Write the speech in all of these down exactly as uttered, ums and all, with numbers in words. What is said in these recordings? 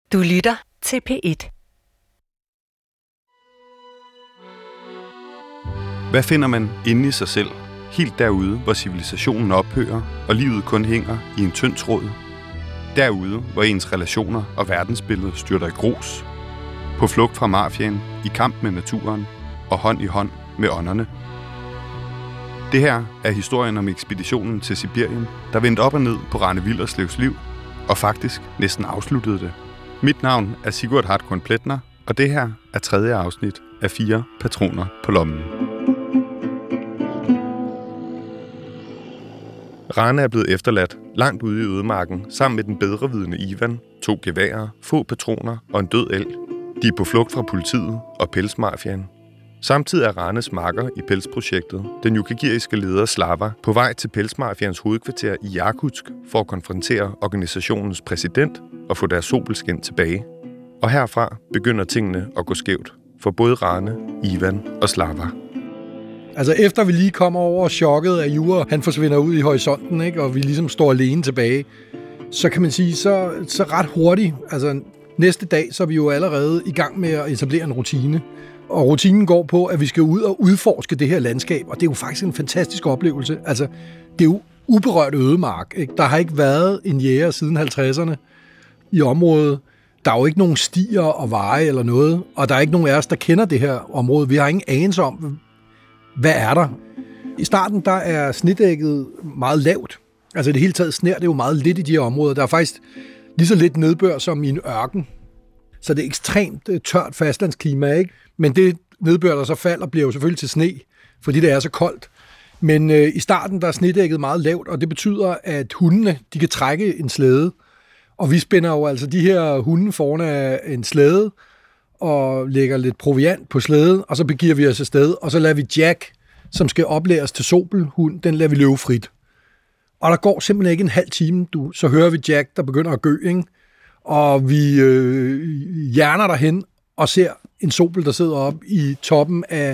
Du lytter til P et. Hvad finder man inde i sig selv, helt derude, hvor civilisationen ophører, og livet kun hænger i en tynd tråd? Derude, hvor ens relationer og verdensbillede styrter i grus, på flugt fra mafiaen, i kamp med naturen og hånd i hånd med ånderne. Det her er historien om ekspeditionen til Sibirien, der vendte op og ned på Rane Willerslev liv, og faktisk næsten afsluttede det. Mit navn er Sigurd Hartkorn Pletner, og det her er tredje afsnit af Fire Patroner på lommen. Rane er blevet efterladt langt ude i ødemarken sammen med den bedrevidende Ivan, to geværer, få patroner og en død elg. De er på flugt fra politiet og pelsmafiaen. Samtidig er Ranes makker i pelsprojektet, den yukagiriske leder Slava, på vej til pelsmafians hovedkvarter i Jakutsk for at konfrontere organisationens præsident og få deres sobelskin tilbage. Og herfra begynder tingene at gå skævt for både Rane, Ivan og Slava. Altså efter vi lige kommer over chokket af Jura, han forsvinder ud i horisonten, ikke, og vi ligesom står alene tilbage, så kan man sige, så, så ret hurtigt, altså næste dag, så er vi jo allerede i gang med at etablere en rutine. Og rutinen går på, at vi skal ud og udforske det her landskab, og det er jo faktisk en fantastisk oplevelse. Altså, det er jo uberørt ødemark, ikke? Der har ikke været en jæger siden halvtredserne i området. Der er jo ikke nogen stier og veje eller noget, og der er ikke nogen af os, der kender det her område. Vi har ingen anelse om, hvad er der. I starten, der er snitdækket meget lavt. Altså, det hele taget sner det jo meget lidt i de her områder. Der er faktisk lige så lidt nedbør som i en ørken. Så det er ekstremt tørt fastlandsklima, ikke? Men det nedbør, der så falder, bliver jo selvfølgelig til sne, fordi det er så koldt. Men øh, i starten, der er snedækket meget lavt, og det betyder, at hundene, de kan trække en slæde. Og vi spænder jo altså de her hunde foran af en slæde, og lægger lidt proviant på slæden, og så begiver vi os afsted, og så lader vi Jack, som skal oplæres til sobelhund, den lader vi løbe frit. Og der går simpelthen ikke en halv time, du, så hører vi Jack, der begynder at gø, ikke? Og vi øh, hjerner derhen og ser en sobel, der sidder op i toppen af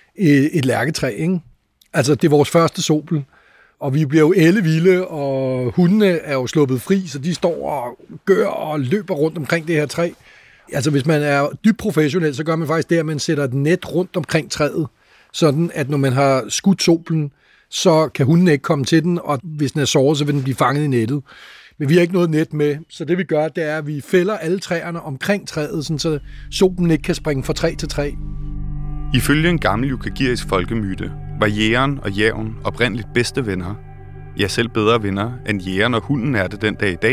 et lærketræ, ikke? Altså, det er vores første sobel, og vi bliver jo ellevilde, og hundene er jo sluppet fri, så de står og gør og løber rundt omkring det her træ. Altså, hvis man er dybt professionel, så gør man faktisk det, at man sætter et net rundt omkring træet, sådan at når man har skudt soblen, så kan hunden ikke komme til den, og hvis den er såret, så vil den blive fanget i nettet. Men vi har ikke noget net med, så det vi gør, det er, at vi fælder alle træerne omkring træet, sådan så soblen ikke kan springe fra træ til træ. Ifølge en gammel yukagirisk folkemyte var jægeren og jævn oprindeligt bedste venner. Ja, selv bedre venner, end jægeren og hunden er det den dag i dag.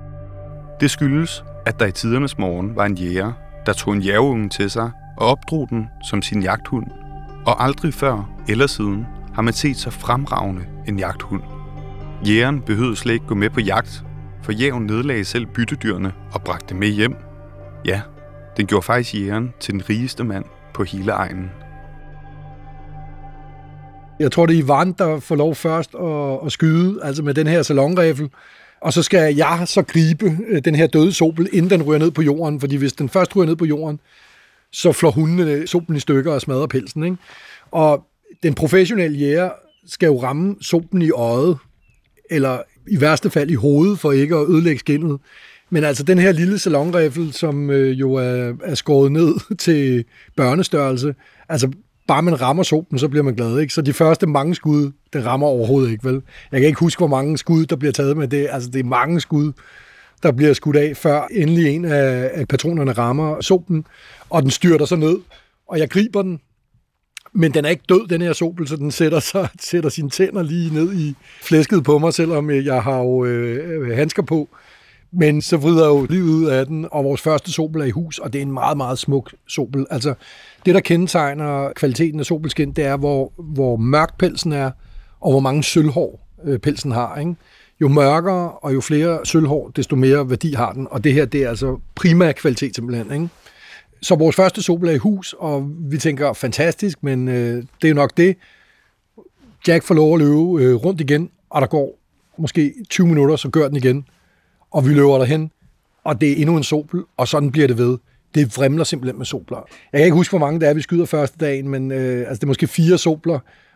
Det skyldes, at der i tidernes morgen var en jæger, der tog en jævunge til sig og opdrog den som sin jagthund. Og aldrig før eller siden har man set så fremragende en jagthund. Jægeren behøvede slet ikke gå med på jagt, for jævn nedlagde selv byttedyrene og bragte dem med hjem. Ja, den gjorde faktisk jægeren til den rigeste mand på hele egnen. Jeg tror, det er Ivan, der får lov først at, at skyde, altså med den her salonrifle. Og så skal jeg så gribe den her døde sobel, inden den ryger ned på jorden. Fordi hvis den først ryger ned på jorden, så flår hundene soblen i stykker og smadrer pelsen, ikke? Og den professionelle jæger skal jo ramme soblen i øjet, eller i værste fald i hovedet, for ikke at ødelægge skindet. Men altså den her lille salonrifle, som øh, jo er, er skåret ned til børnestørrelse, altså bare man rammer soblen, så bliver man glad, ikke? Så de første mange skud, den rammer overhovedet ikke, vel? Jeg kan ikke huske, hvor mange skud, der bliver taget med det. Altså det er mange skud, der bliver skudt af, før endelig en af, af patronerne rammer soblen, og den styrter så ned, og jeg griber den. Men den er ikke død, den her sobel, så den sætter, sig, sætter sine tænder lige ned i flæsket på mig, selvom jeg har jo øh, handsker på. Men så vrider jeg jo livet ud af den, og vores første sobel er i hus, og det er en meget, meget smuk sobel. Altså, det, der kendetegner kvaliteten af sobelskin, det er, hvor, hvor mørk pelsen er, og hvor mange sølvhår øh, pelsen har, ikke? Jo mørkere og jo flere sølvhår, desto mere værdi har den, og det her, det er altså prima kvalitet simpelthen, ikke? Så vores første sobel er i hus, og vi tænker, fantastisk, men øh, det er jo nok det. Jack får lov at løbe øh, rundt igen, og der går måske tyve minutter, så gør den igen. Og vi løber derhen, og det er endnu en sobel, og sådan bliver det ved. Det vrimler simpelthen med sobler. Jeg kan ikke huske, hvor mange det er, vi skyder første dagen, men øh, altså, det er måske fire sobler,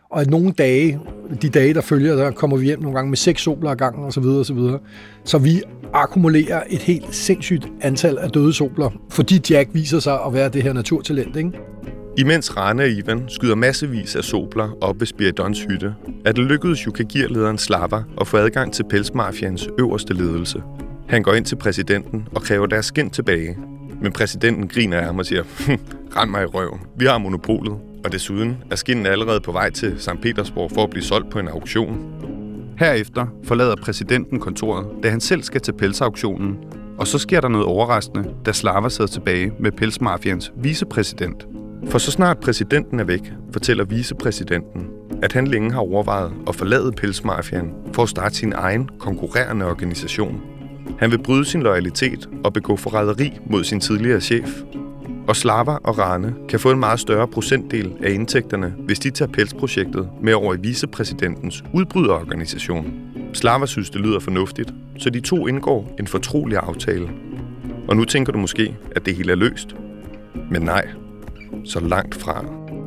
Og nogle dage, de dage, der følger, der kommer vi hjem nogle gange med seks sobler ad gangen osv. osv. Så vi akkumulerer et helt sindssygt antal af døde sobler, fordi Jack viser sig at være det her naturtalent, ikke? Imens Rane og Ivan skyder massevis af sobler op ved Spiridons hytte, er det lykkedes Yukagir-lederen Slava at få adgang til pelsmafians øverste ledelse. Han går ind til præsidenten og kræver deres skind tilbage. Men præsidenten griner af ham og siger, rend mig i røven, vi har monopolet. Og desuden er skinden allerede på vej til Sankt Petersborg for at blive solgt på en auktion. Herefter forlader præsidenten kontoret, da han selv skal til pelsauktionen. Og så sker der noget overraskende, da Slava sidder tilbage med pelsmafians vicepræsident. For så snart præsidenten er væk, fortæller vicepræsidenten, at han længe har overvejet at forlade pelsmafian for at starte sin egen konkurrerende organisation. Han vil bryde sin loyalitet og begå forræderi mod sin tidligere chef. Og Slava og Rane kan få en meget større procentdel af indtægterne, hvis de tager pelsprojektet med over i vicepræsidentens udbryderorganisation. Slava synes, det lyder fornuftigt, så de to indgår en fortrolig aftale. Og nu tænker du måske, at det hele er løst. Men nej, så langt fra.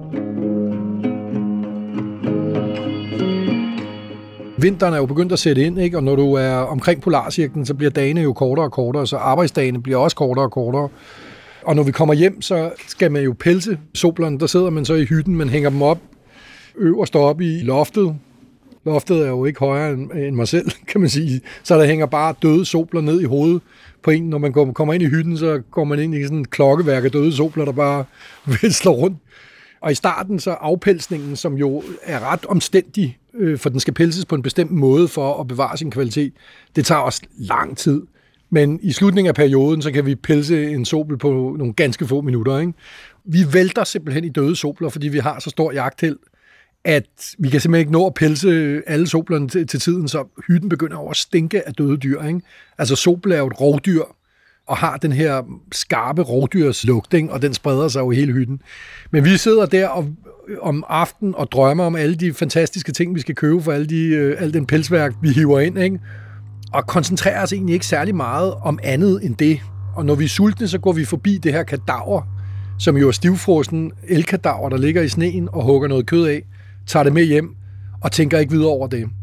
Vinteren er jo begyndt at sætte ind, ikke? Og når du er omkring polarcirklen, så bliver dagene jo kortere og kortere, så arbejdsdagene bliver også kortere og kortere. Og når vi kommer hjem, så skal man jo pelse soblerne. Der sidder man så i hytten, man hænger dem op øverst oppe i loftet. Loftet er jo ikke højere end mig selv, kan man sige. Så der hænger bare døde sobler ned i hovedet på en. Når man kommer ind i hytten, så går man ind i sådan en klokkeværk af døde sobler, der bare visler rundt. Og i starten så afpelsningen, som jo er ret omstændig, for den skal pelses på en bestemt måde for at bevare sin kvalitet, det tager også lang tid. Men i slutningen af perioden, så kan vi pelse en sobel på nogle ganske få minutter, ikke? Vi vælter simpelthen i døde sobler, fordi vi har så stor jagtheld, at vi kan simpelthen ikke nå at pelse alle soblerne til, til tiden, så hytten begynder over at stinke af døde dyr, ikke? Altså sobel er jo et rovdyr, og har den her skarpe rovdyrslugt, ikke? Og den spreder sig jo i hele hytten. Men vi sidder der og, om aftenen og drømmer om alle de fantastiske ting, vi skal købe for alle de, øh, al den pelsværk, vi hiver ind, ikke? Og koncentrerer os egentlig ikke særlig meget om andet end det. Og når vi er sultne, så går vi forbi det her kadaver, som jo er stivfrossen elkadaver, der ligger i sneen og hugger noget kød af, tager det med hjem og tænker ikke videre over det.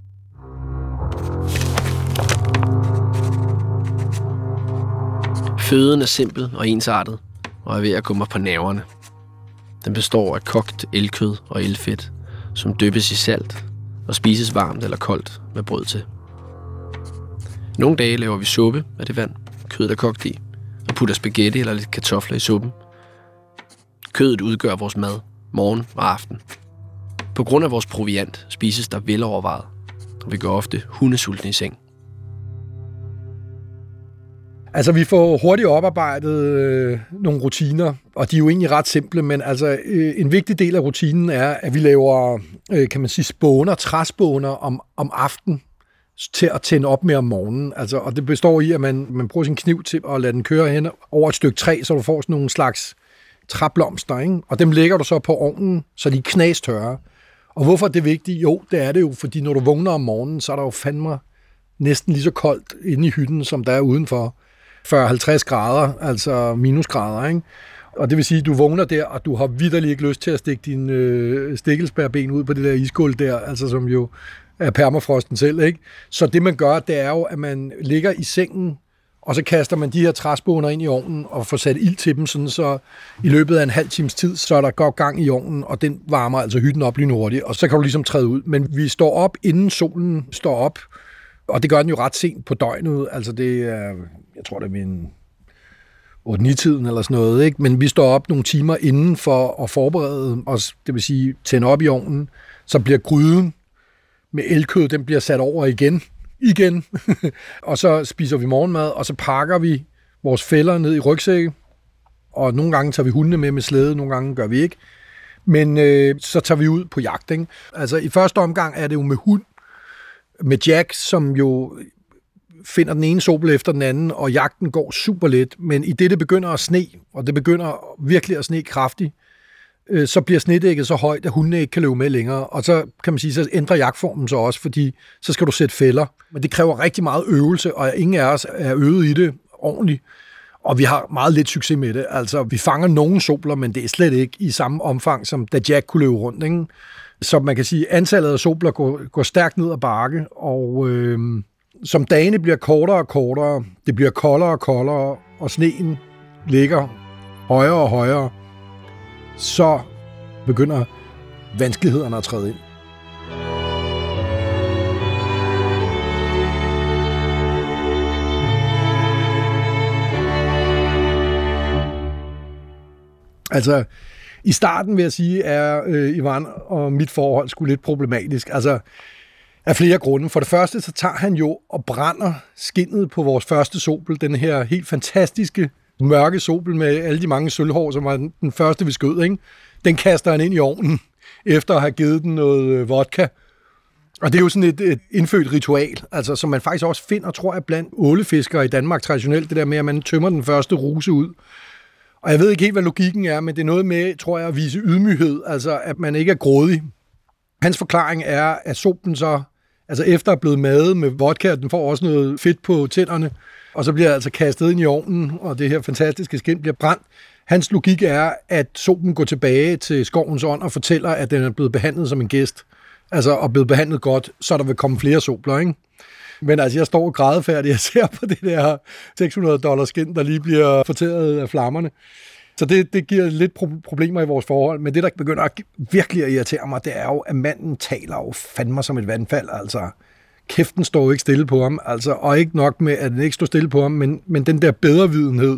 Føden er simpel og ensartet, og er ved at gå mig på nerverne. Den består af kogt elkød og elfedt, som dyppes i salt og spises varmt eller koldt med brød til. Nogle dage laver vi suppe af det vand, kødet er kogt i, og putter spaghetti eller lidt kartofler i suppen. Kødet udgør vores mad, morgen og aften. På grund af vores proviant spises der velovervejet, og vi går ofte hundesultne i seng. Altså, vi får hurtigt oparbejdet øh, nogle rutiner, og de er jo egentlig ret simple, men altså, øh, en vigtig del af rutinen er, at vi laver, øh, kan man sige, spåner, træspåner om, om aftenen til at tænde op med om morgenen. Altså, og det består i, at man, man bruger sin kniv til at lade den køre hen over et stykke træ, så du får sådan nogle slags træblomster, ikke? Og dem lægger du så på ovnen, så de er knastørre. Og hvorfor er det vigtigt? Jo, det er det jo, fordi når du vågner om morgenen, så er der jo fandme næsten lige så koldt inde i hytten, som der er udenfor. fyrre til halvtreds grader, altså minusgrader, ikke? Og det vil sige, at du vågner der, og du har vitterligt ikke lyst til at stikke dine øh, stikkelsbærben ud på det der isgulv der, altså som jo er permafrosten selv, ikke? Så det man gør, det er jo, at man ligger i sengen, og så kaster man de her træspåner ind i ovnen og får sat ild til dem, sådan så i løbet af en halv times tid, så er der godt gang i ovnen, og den varmer altså hytten op lige hurtigt, og så kan du ligesom træde ud. Men vi står op, inden solen står op, og det gør den jo ret sent på døgnet, altså det er, jeg tror det er ved en otte ni tiden eller sådan noget, ikke? Men vi står op nogle timer inden for at forberede os, det vil sige tænde op i ovnen, så bliver gryden med elkød, den bliver sat over igen, igen, og så spiser vi morgenmad, og så pakker vi vores fælder ned i rygsække, og nogle gange tager vi hundene med med slæde, nogle gange gør vi ikke, men øh, så tager vi ud på jagt, ikke? Altså i første omgang er det jo med hund, med Jack, som jo finder den ene sobel efter den anden, og jagten går super let, men i det, det begynder at sne, og det begynder virkelig at sne kraftigt, øh, så bliver snedækket så højt, at hundene ikke kan løbe med længere, og så kan man sige, så ændrer jagtformen så også, fordi så skal du sætte fælder, men det kræver rigtig meget øvelse, og ingen af os er øvet i det ordentligt, og vi har meget lidt succes med det. Altså, vi fanger nogle sobler, men det er slet ikke i samme omfang, som da Jack kunne løbe rundt, ikke? Så man kan sige, at antallet af sobler går, går stærkt ned ad bakke, og øh, som dagene bliver kortere og kortere, det bliver koldere og koldere, og sneen ligger højere og højere, så begynder vanskelighederne at træde ind. Altså, i starten vil jeg sige, er øh, Ivan og mit forhold sgu lidt problematisk. Altså, af flere grunde. For det første, så tager han jo og brænder skindet på vores første sobel, den her helt fantastiske mørke sobel med alle de mange sølvhår, som var den første, vi skød, ikke? Den kaster han ind i ovnen, efter at have givet den noget vodka. Og det er jo sådan et, et indfødt ritual, altså, som man faktisk også finder, tror jeg, blandt ålefiskere i Danmark traditionelt, det der med, at man tømmer den første ruse ud. Og jeg ved ikke helt, hvad logikken er, men det er noget med, tror jeg, at vise ydmyghed, altså at man ikke er grådig. Hans forklaring er, at sopen så, altså efter at blevet madet med vodka, den får også noget fedt på tænderne, og så bliver altså kastet ind i ovnen, og det her fantastiske skind bliver brændt. Hans logik er, at sopen går tilbage til skovens ånd og fortæller, at den er blevet behandlet som en gæst, altså og blevet behandlet godt, så der vil komme flere sobler, ikke? Men altså, jeg står grædefærdig og ser på det der seks hundrede dollars skind, der lige bliver fortæret af flammerne. Så det, det giver lidt problemer i vores forhold. Men det, der begynder at virkelig at irritere mig, det er jo, at manden taler jo fandme som et vandfald. Altså, kæften står jo ikke stille på ham. Altså, og ikke nok med, at den ikke står stille på ham, men, men den der bedrevidenhed,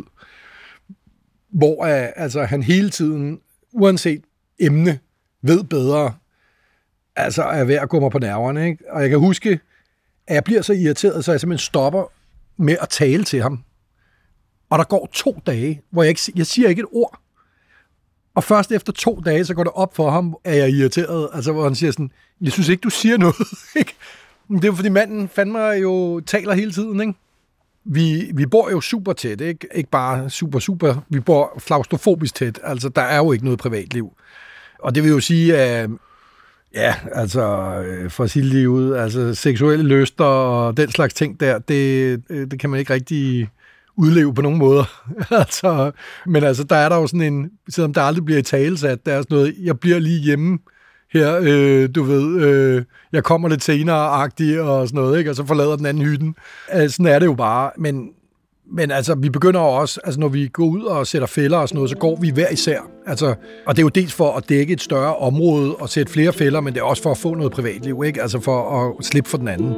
hvor altså, han hele tiden, uanset emne, ved bedre, altså er ved at gå mig på nerverne. Ikke? Og jeg kan huske, at jeg bliver så irriteret, så jeg simpelthen stopper med at tale til ham. Og der går to dage, hvor jeg ikke jeg siger ikke et ord. Og først efter to dage, så går det op for ham, at jeg er irriteret. Altså, hvor han siger sådan, jeg synes ikke, du siger noget. Ikke? Men det er jo, fordi manden fandme jo taler hele tiden, ikke? Vi, vi bor jo super tæt, ikke? Ikke bare super, super. Vi bor klaustrofobisk tæt. Altså, der er jo ikke noget privatliv. Og det vil jo sige, at ja, altså, for at sige det lige ud, altså, seksuelle lyster og den slags ting der, det, det kan man ikke rigtig udleve på nogen måder. altså, men altså, der er der jo sådan en, selvom der aldrig bliver i talesat, der er sådan noget, jeg bliver lige hjemme her, øh, du ved, øh, jeg kommer lidt senere-agtigt og sådan noget, ikke? Og så forlader den anden hytten. Altså, sådan er det jo bare, men Men altså, vi begynder også, altså når vi går ud og sætter fælder og sådan noget, så går vi hver især. Altså, og det er jo dels for at dække et større område og sætte flere fælder, men det er også for at få noget privatliv, ikke? Altså for at slippe for den anden.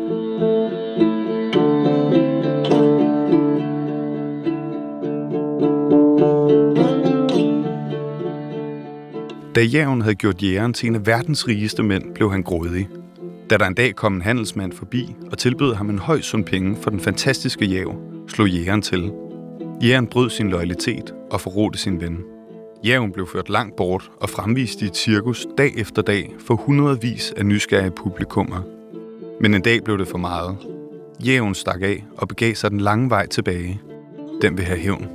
Da jævn havde gjort jægeren til en af verdens rigeste mænd, blev han grådig. Da der en dag kom en handelsmand forbi og tilbød ham en høj sum penge for den fantastiske jæv, slog jægeren til. Jægeren brød sin loyalitet og forrådte sin ven. Jævn blev ført langt bort og fremvist i et cirkus dag efter dag for hundredvis af nysgerrige publikummer. Men en dag blev det for meget. Jævn stak af og begav sig den lange vej tilbage. Den vil have hævn.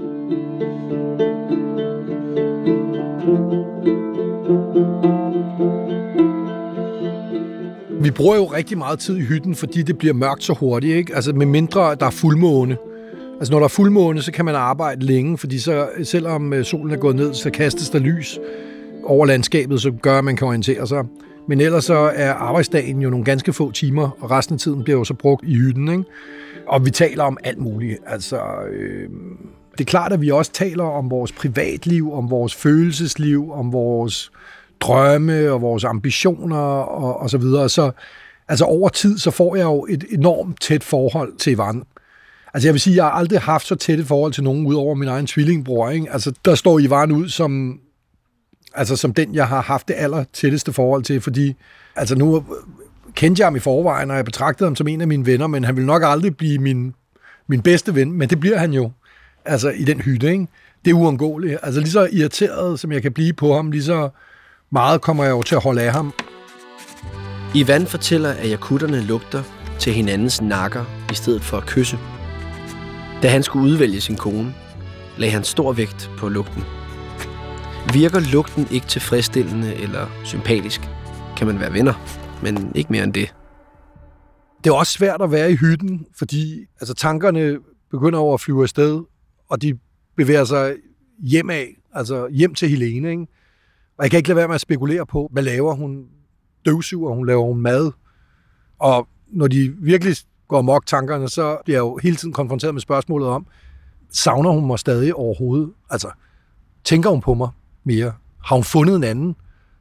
Vi bruger jo rigtig meget tid i hytten, fordi det bliver mørkt så hurtigt, ikke? Altså med mindre, der er fuldmåne. Altså når der er fuldmåne, så kan man arbejde længe, fordi så selvom solen er gået ned, så kastes der lys over landskabet, så gør, at man kan orientere sig. Men ellers så er arbejdsdagen jo nogle ganske få timer, og resten af tiden bliver jo så brugt i hytten, ikke? Og vi taler om alt muligt. Altså, øh, det er klart, at vi også taler om vores privatliv, om vores følelsesliv, om vores drømme og vores ambitioner og, og så videre. Så altså over tid, så får jeg jo et enormt tæt forhold til Ivan. Altså jeg vil sige, at jeg har aldrig haft så tæt et forhold til nogen, udover min egen tvillingbror, ikke? Altså der står Ivan ud som, altså, som den, jeg har haft det aller tætteste forhold til, fordi altså nu kendte jeg ham i forvejen, og jeg betragtede ham som en af mine venner, men han vil nok aldrig blive min, min bedste ven, men det bliver han jo, altså i den hytte, ikke? Det er uundgåeligt. Altså lige så irriteret, som jeg kan blive på ham, lige så meget kommer jeg jo til at holde af ham. Ivan fortæller, at jakutterne lugter til hinandens nakker i stedet for at kysse. Da han skulle udvælge sin kone, lagde han stor vægt på lugten. Virker lugten ikke tilfredsstillende eller sympatisk, kan man være venner, men ikke mere end det. Det er også svært at være i hytten, fordi altså, tankerne begynder over at flyve afsted, og de bevæger sig hjem af, altså hjem til Helene, ikke? Og jeg kan ikke lade være med at spekulere på, hvad laver hun? støvsuger, hun laver mad. Og når de virkelig går amok tankerne, så bliver jeg jo hele tiden konfronteret med spørgsmålet om, savner hun mig stadig overhovedet? Altså, tænker hun på mig mere? Har hun fundet en anden?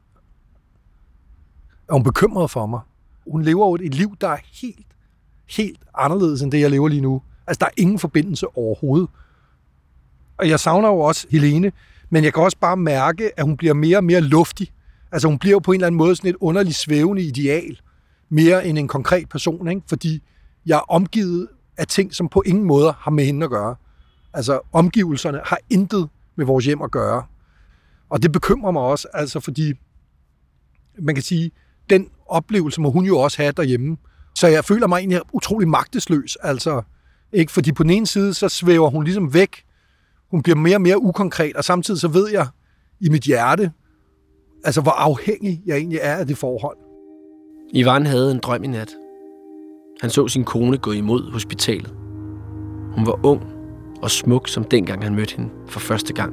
Er hun bekymret for mig? Hun lever jo et liv, der er helt, helt anderledes end det, jeg lever lige nu. Altså, der er ingen forbindelse overhovedet. Og jeg savner jo også Helene, men jeg kan også bare mærke, at hun bliver mere og mere luftig. Altså, hun bliver jo på en eller anden måde sådan et underligt svævende ideal, mere end en konkret person, ikke? Fordi jeg er omgivet af ting, som på ingen måde har med hende at gøre. Altså, omgivelserne har intet med vores hjem at gøre. Og det bekymrer mig også, altså fordi, man kan sige, den oplevelse må hun jo også have derhjemme. Så jeg føler mig egentlig utrolig magtesløs, altså, ikke? Fordi på den ene side, så svæver hun ligesom væk. Hun bliver mere og mere ukonkret, og samtidig så ved jeg i mit hjerte, altså hvor afhængig jeg egentlig er af det forhold. Ivan havde en drøm i nat. Han så sin kone gå imod hospitalet. Hun var ung og smuk, som dengang han mødte hende for første gang.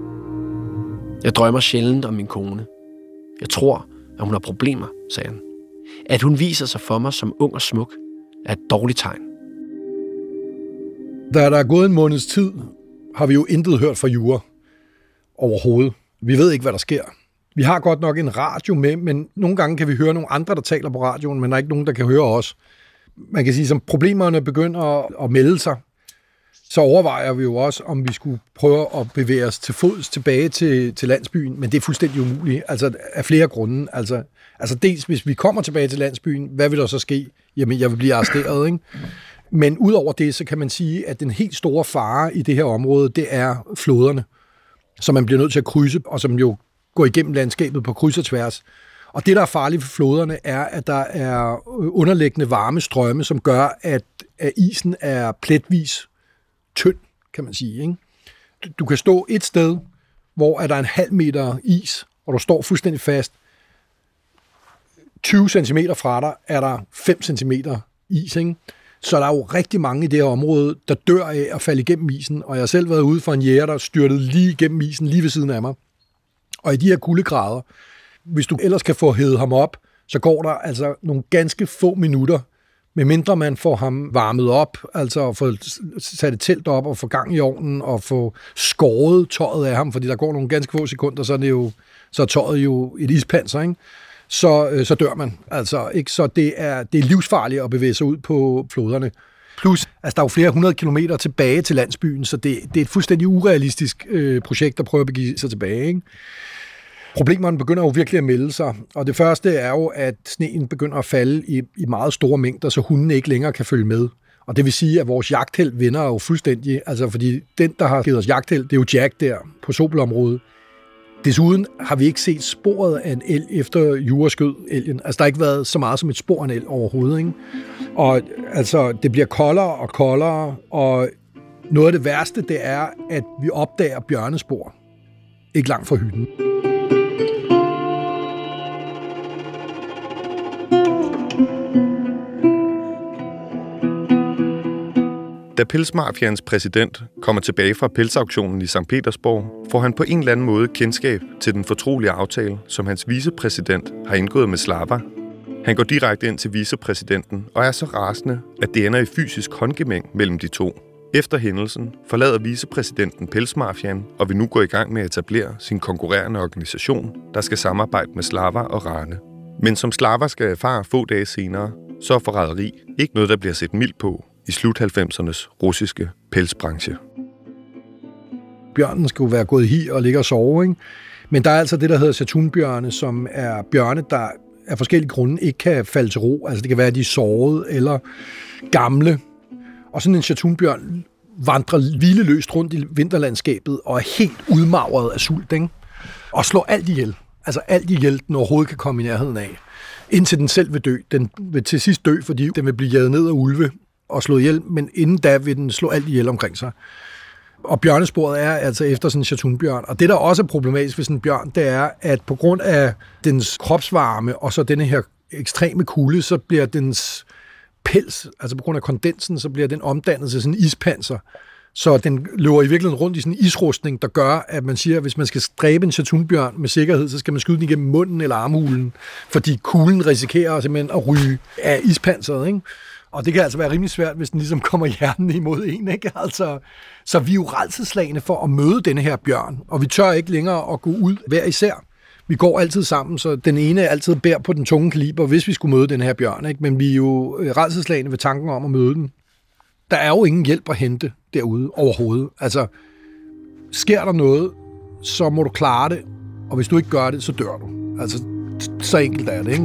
Jeg drømmer sjældent om min kone. Jeg tror, at hun har problemer, sagde han. At hun viser sig for mig som ung og smuk, er et dårligt tegn. Da der er gået en måneds tid, har vi jo intet hørt fra Jura overhovedet. Vi ved ikke, hvad der sker. Vi har godt nok en radio med, men nogle gange kan vi høre nogle andre, der taler på radioen, men der er ikke nogen, der kan høre os. Man kan sige, som problemerne begynder at, at melde sig, så overvejer vi jo også, om vi skulle prøve at bevæge os til fods tilbage til, til landsbyen, men det er fuldstændig umuligt, altså af flere grunde. Altså, altså dels, hvis vi kommer tilbage til landsbyen, hvad vil der så ske? Jamen, jeg vil blive arresteret, ikke? Men udover det, så kan man sige, at den helt store fare i det her område, det er floderne, som man bliver nødt til at krydse, og som jo går igennem landskabet på kryds og tværs. Og det, der er farligt for floderne, er, at der er underliggende varme strømme, som gør, at, at isen er pletvis tynd, kan man sige, ikke? Du kan stå et sted, hvor er der en halv meter is, og du står fuldstændig fast. tyve centimeter fra dig er der fem centimeter is, ikke? Så der er jo rigtig mange i det her område, der dør af at falde igennem isen, og jeg har selv været ude for en jæger, der styrtede lige igennem isen, lige ved siden af mig. Og i de her kuldegrader, hvis du ellers kan få hævet ham op, så går der altså nogle ganske få minutter, medmindre man får ham varmet op, altså få sat et telt op og få gang i ovnen og få skåret tøjet af ham, fordi der går nogle ganske få sekunder, så er, det jo, så er tøjet jo et ispanser, ikke? Så, så dør man. Altså, ikke? Så det er, det er livsfarligt at bevæge sig ud på floderne. Plus, altså, der er jo flere hundrede kilometer tilbage til landsbyen, så det, det er et fuldstændig urealistisk øh, projekt at prøve at begive sig tilbage, ikke? Problemerne begynder jo virkelig at melde sig, og det første er jo, at sneen begynder at falde i, i meget store mængder, så hundene ikke længere kan følge med. Og det vil sige, at vores jagtheld vinder jo fuldstændig, altså fordi den, der har givet os jagtheld, det er jo Jack der på Sobelområdet. Desuden har vi ikke set sporet af en elg efter Jura skød elgen. Altså, der har ikke været så meget som et spor af en elg overhovedet, ikke? Og altså, det bliver koldere og koldere, og noget af det værste, det er, at vi opdager bjørnespor ikke langt fra hytten. Da pelsmafians præsident kommer tilbage fra pelsauktionen i Sankt Petersborg, får han på en eller anden måde kendskab til den fortrolige aftale, som hans vicepræsident har indgået med Slava. Han går direkte ind til vicepræsidenten og er så rasende, at det ender i fysisk håndgemæng mellem de to. Efter hændelsen forlader vicepræsidenten pelsmafian og vil nu gå i gang med at etablere sin konkurrerende organisation, der skal samarbejde med Slava og Rane. Men som Slava skal erfare få dage senere, så er forræderi ikke noget, der bliver set mildt på i slut halvfemsernes russiske pelsbranche. Bjørnen skal jo være gået i hi og ligge og sove, ikke? Men der er altså det, der hedder satunbjørne, som er bjørne, der af forskellige grunde ikke kan falde til ro. Altså det kan være, at de er sårede eller gamle. Og sådan en satunbjørn vandrer hvileløst rundt i vinterlandskabet og er helt udmagret af sult, ikke? Og slår alt ihjel. Altså alt ihjel, den overhovedet kan komme i nærheden af. Indtil den selv vil dø. Den vil til sidst dø, fordi den vil blive jaget ned af ulve og slået ihjel, men inden da vil den slå alt ihjel omkring sig. Og bjørnesporet er altså efter sådan en satunbjørn. Og det, der også er problematisk ved sådan en bjørn, det er, at på grund af dens kropsvarme og så denne her ekstreme kulde, så bliver dens pels, altså på grund af kondensen, så bliver den omdannet til sådan en ispanser, Så den løber i virkeligheden rundt i sådan en isrustning, der gør, at man siger, at hvis man skal dræbe en chatunbjørn med sikkerhed, så skal man skyde den igennem munden eller armhulen, fordi kuglen risikerer simpelthen at ryge af ispanseret, ikke? Og det kan altså være rimelig svært, hvis den ligesom kommer hjernen imod en, ikke? Altså, så vi er jo rædselsslagne for at møde denne her bjørn, og vi tør ikke længere at gå ud hver især. Vi går altid sammen, så den ene altid bærer på den tunge kaliber, hvis vi skulle møde den her bjørn, ikke? Men vi er jo rædselsslagne ved tanken om at møde den. Der er jo ingen hjælp at hente derude overhovedet. Altså, sker der noget, så må du klare det, og hvis du ikke gør det, så dør du. Altså, så enkelt er det, ikke?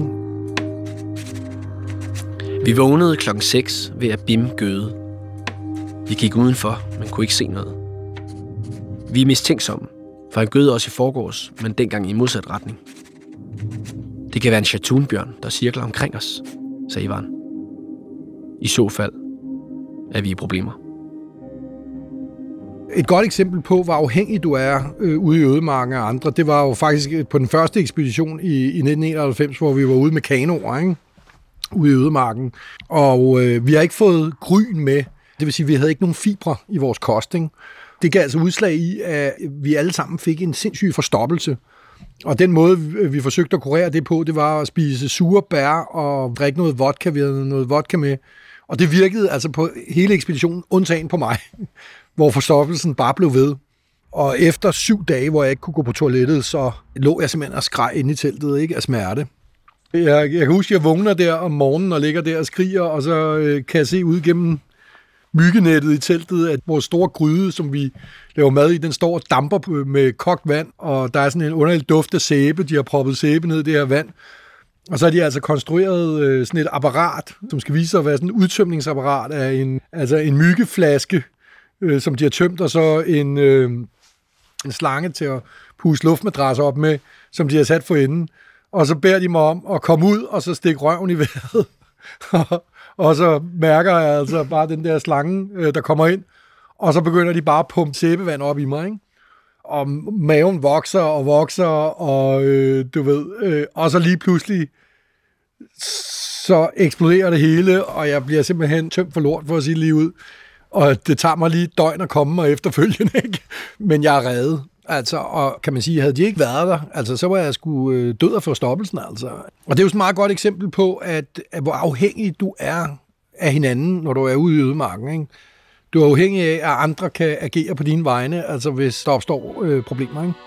Vi vågnede klokken seks ved at Bim gøde. Vi gik udenfor, men kunne ikke se noget. Vi er mistænksomme, for han gøde også i forgårs, men dengang i modsat retning. Det kan være en chatunbjørn, der cirkler omkring os, sagde Ivan. I så fald er vi i problemer. Et godt eksempel på, hvor afhængig du er øh, ude i ødemarken af andre, det var jo faktisk på den første ekspedition i, i nitten enoghalvfems, hvor vi var ude med kanoer, ikke? Ude i ødemarken. Og øh, vi har ikke fået gryn med. Det vil sige, at vi havde ikke nogen fibre i vores kost, ikke? Det gav altså udslag i, at vi alle sammen fik en sindssyg forstoppelse. Og den måde, vi forsøgte at kurere det på, det var at spise sure bær og drikke noget vodka. Vi havde noget vodka med. Og det virkede altså på hele ekspeditionen, undtagen på mig, hvor forstoppelsen bare blev ved. Og efter syv dage, hvor jeg ikke kunne gå på toilettet, så lå jeg simpelthen og skreg inde i teltet, ikke, af smerte. Jeg, jeg kan huske, at jeg vågner der om morgenen og ligger der og skriger, og så øh, kan jeg se ud gennem myggenettet i teltet, at vores store gryde, som vi laver mad i, den står og damper med kogt vand, og der er sådan en underlig duft af sæbe. De har proppet sæbe ned i det her vand. Og så har de altså konstrueret øh, sådan et apparat, som skal vise sig at være sådan et udtømningsapparat af en, altså en myggeflaske, øh, som de har tømt, og så en, øh, en slange til at puste luftmadrasser op med, som de har sat for enden. Og så beder de mig om at komme ud, og så stikke røven i vejret. Og så mærker jeg altså bare den der slange, øh, der kommer ind, og så begynder de bare at pumpe sæbevand op i mig, ikke? Og maven vokser og vokser, og øh, du ved, øh, og så lige pludselig, så eksploderer det hele, og jeg bliver simpelthen tømt for lort, for at sige lige ud. Og det tager mig lige et døgn at komme mig efterfølgende, ikke? Men jeg er reddet. Altså, og kan man sige, havde de ikke været der, altså, så var jeg sgu øh, død af forstoppelsen, altså. Og det er jo sådan et meget godt eksempel på, at, at hvor afhængig du er af hinanden, når du er ude i ødemarken, ikke? Du er afhængig af, at andre kan agere på dine vegne, altså hvis der opstår øh, problemer, ikke?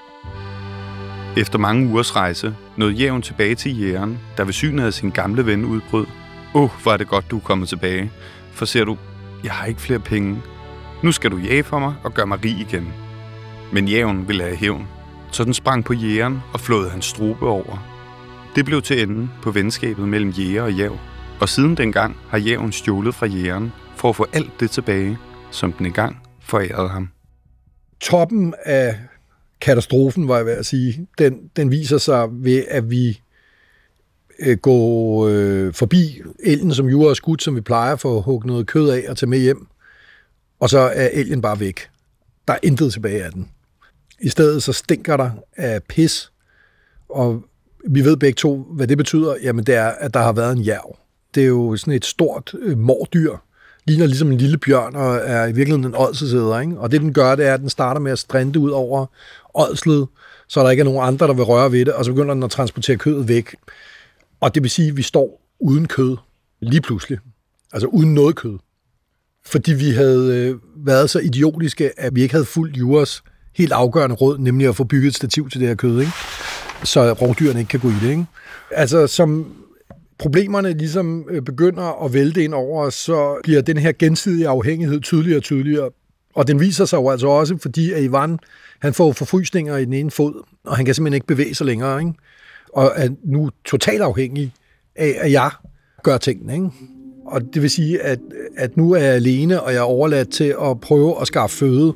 Efter mange ugers rejse nåede Jævn tilbage til jægeren, der ved synet af sin gamle ven udbrød. Åh, oh, hvor er det godt, du er kommet tilbage. For ser du, jeg har ikke flere penge. Nu skal du jage for mig og gøre mig rig igen. Men Jævn ville have hævn, så den sprang på jægeren og flåede hans strube over. Det blev til enden på venskabet mellem jæger og jæv, og siden dengang har Jævn stjålet fra jægeren for at få alt det tilbage, som den engang forærede ham. Toppen af katastrofen, var jeg ved at sige, den, den viser sig ved, at vi øh, går øh, forbi elgen, som Jura har skudt, som vi plejer for at hugge noget kød af og tage med hjem, og så er elgen bare væk. Der er intet tilbage af den. I stedet så stinker der af pis, og vi ved begge to, hvad det betyder. Jamen det er, at der har været en jærv. Det er jo sådan et stort øh, mordyr, ligner ligesom en lille bjørn, og er i virkeligheden en ådselsæder, ikke? Og det den gør, det er, at den starter med at strinde ud over ådslet, så der ikke er nogen andre, der vil røre ved det, og så begynder den at transportere kødet væk. Og det vil sige, at vi står uden kød, lige pludselig. Altså uden noget kød. Fordi vi havde øh, været så idiotiske, at vi ikke havde fulgt Juras helt afgørende råd, nemlig at få bygget et stativ til det her kød, ikke? Så rovdyrene ikke kan gå i det, ikke? Altså, som problemerne ligesom begynder at vælte ind over os, så bliver den her gensidige afhængighed tydeligere og tydeligere. Og den viser sig jo altså også, fordi at Ivan, han får forfrysninger i den ene fod, og han kan simpelthen ikke bevæge sig længere, ikke? Og er nu totalt afhængig af, at jeg gør tingene, ikke? Og det vil sige, at, at nu er jeg alene, og jeg er overladt til at prøve at skaffe føde.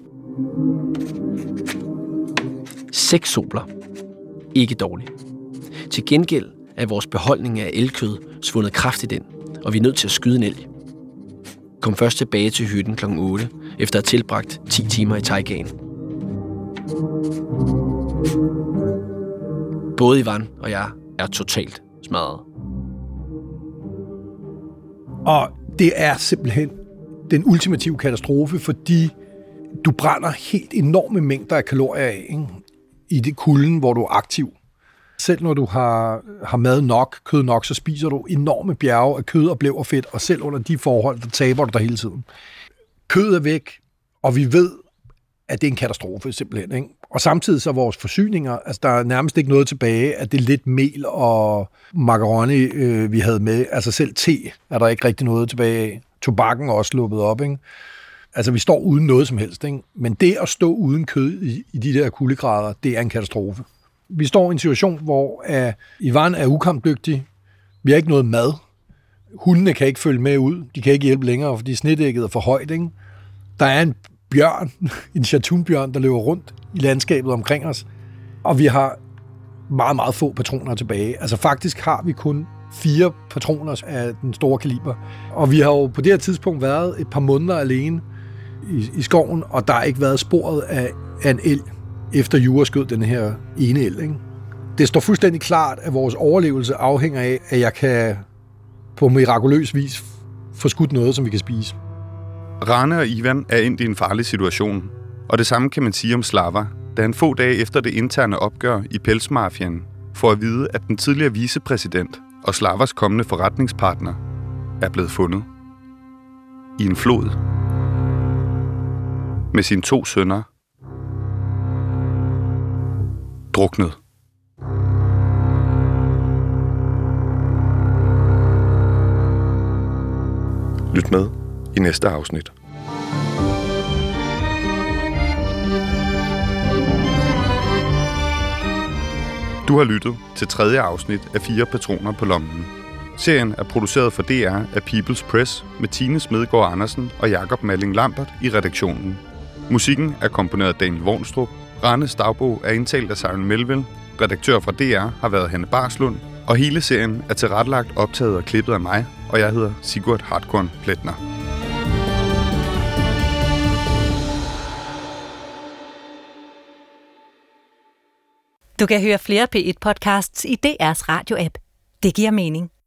Seks sobler. Ikke dårligt. Til gengæld er vores beholdning af elkød svundet kraftigt ind, og vi er nødt til at skyde en elg. Kom først tilbage til hytten klokken otte, efter at have tilbragt ti timer i taigaen. Både Ivan og jeg er totalt smadret. Og det er simpelthen den ultimative katastrofe, fordi du brænder helt enorme mængder af kalorier af, ikke? I det kulden, hvor du er aktiv. Selv når du har, har mad nok, kød nok, så spiser du enorme bjerge af kød og blæv og fedt, og selv under de forhold, der taber du dig hele tiden. Kød er væk, og vi ved, at det er en katastrofe simpelthen, ikke? Og samtidig så er vores forsyninger, altså der er nærmest ikke noget tilbage, at det er lidt mel og macaroni, øh, vi havde med. Altså selv te er der ikke rigtig noget tilbage af. Tobakken er også sluppet op, ikke? Altså vi står uden noget som helst, ikke? Men det at stå uden kød i, i de der kuldegrader, det er en katastrofe. Vi står i en situation, hvor uh, Ivan er ukampdygtig. Vi har ikke noget mad. Hundene kan ikke følge med ud. De kan ikke hjælpe længere, fordi snedækket er for højt, ikke? Der er en bjørn, en chatunbjørn, der løber rundt i landskabet omkring os. Og vi har meget, meget få patroner tilbage. Altså faktisk har vi kun fire patroner af den store kaliber. Og vi har jo på det her tidspunkt været et par måneder alene i, i skoven, og der har ikke været sporet af, af en elg, efter Jura skød den her ene elg, ikke? Det står fuldstændig klart, at vores overlevelse afhænger af, at jeg kan på mirakuløs vis få skudt noget, som vi kan spise. Rane og Ivan er endt i en farlig situation, og det samme kan man sige om Slava, da han få dage efter det interne opgør i pelsmafiaen får at vide, at den tidligere vicepræsident og Slavas kommende forretningspartner er blevet fundet i en flod med sine to sønner druknet. Lyt med i næste afsnit. Du har lyttet til tredje afsnit af Fire Patroner på lommen. Serien er produceret for D R af People's Press med Tine Smedegaard Andersen og Jakob Malling Lambert i redaktionen. Musikken er komponeret af Daniel Wornstrup. Ranes dagbog er indtalt af Søren Melville. Redaktør fra D R har været Hanne Barslund. Og hele serien er tilrettelagt, optaget og klippet af mig, og jeg hedder Sigurd Hartkorn Pletner. Du kan høre flere P et podcasts i D R's radio-app. Det giver mening.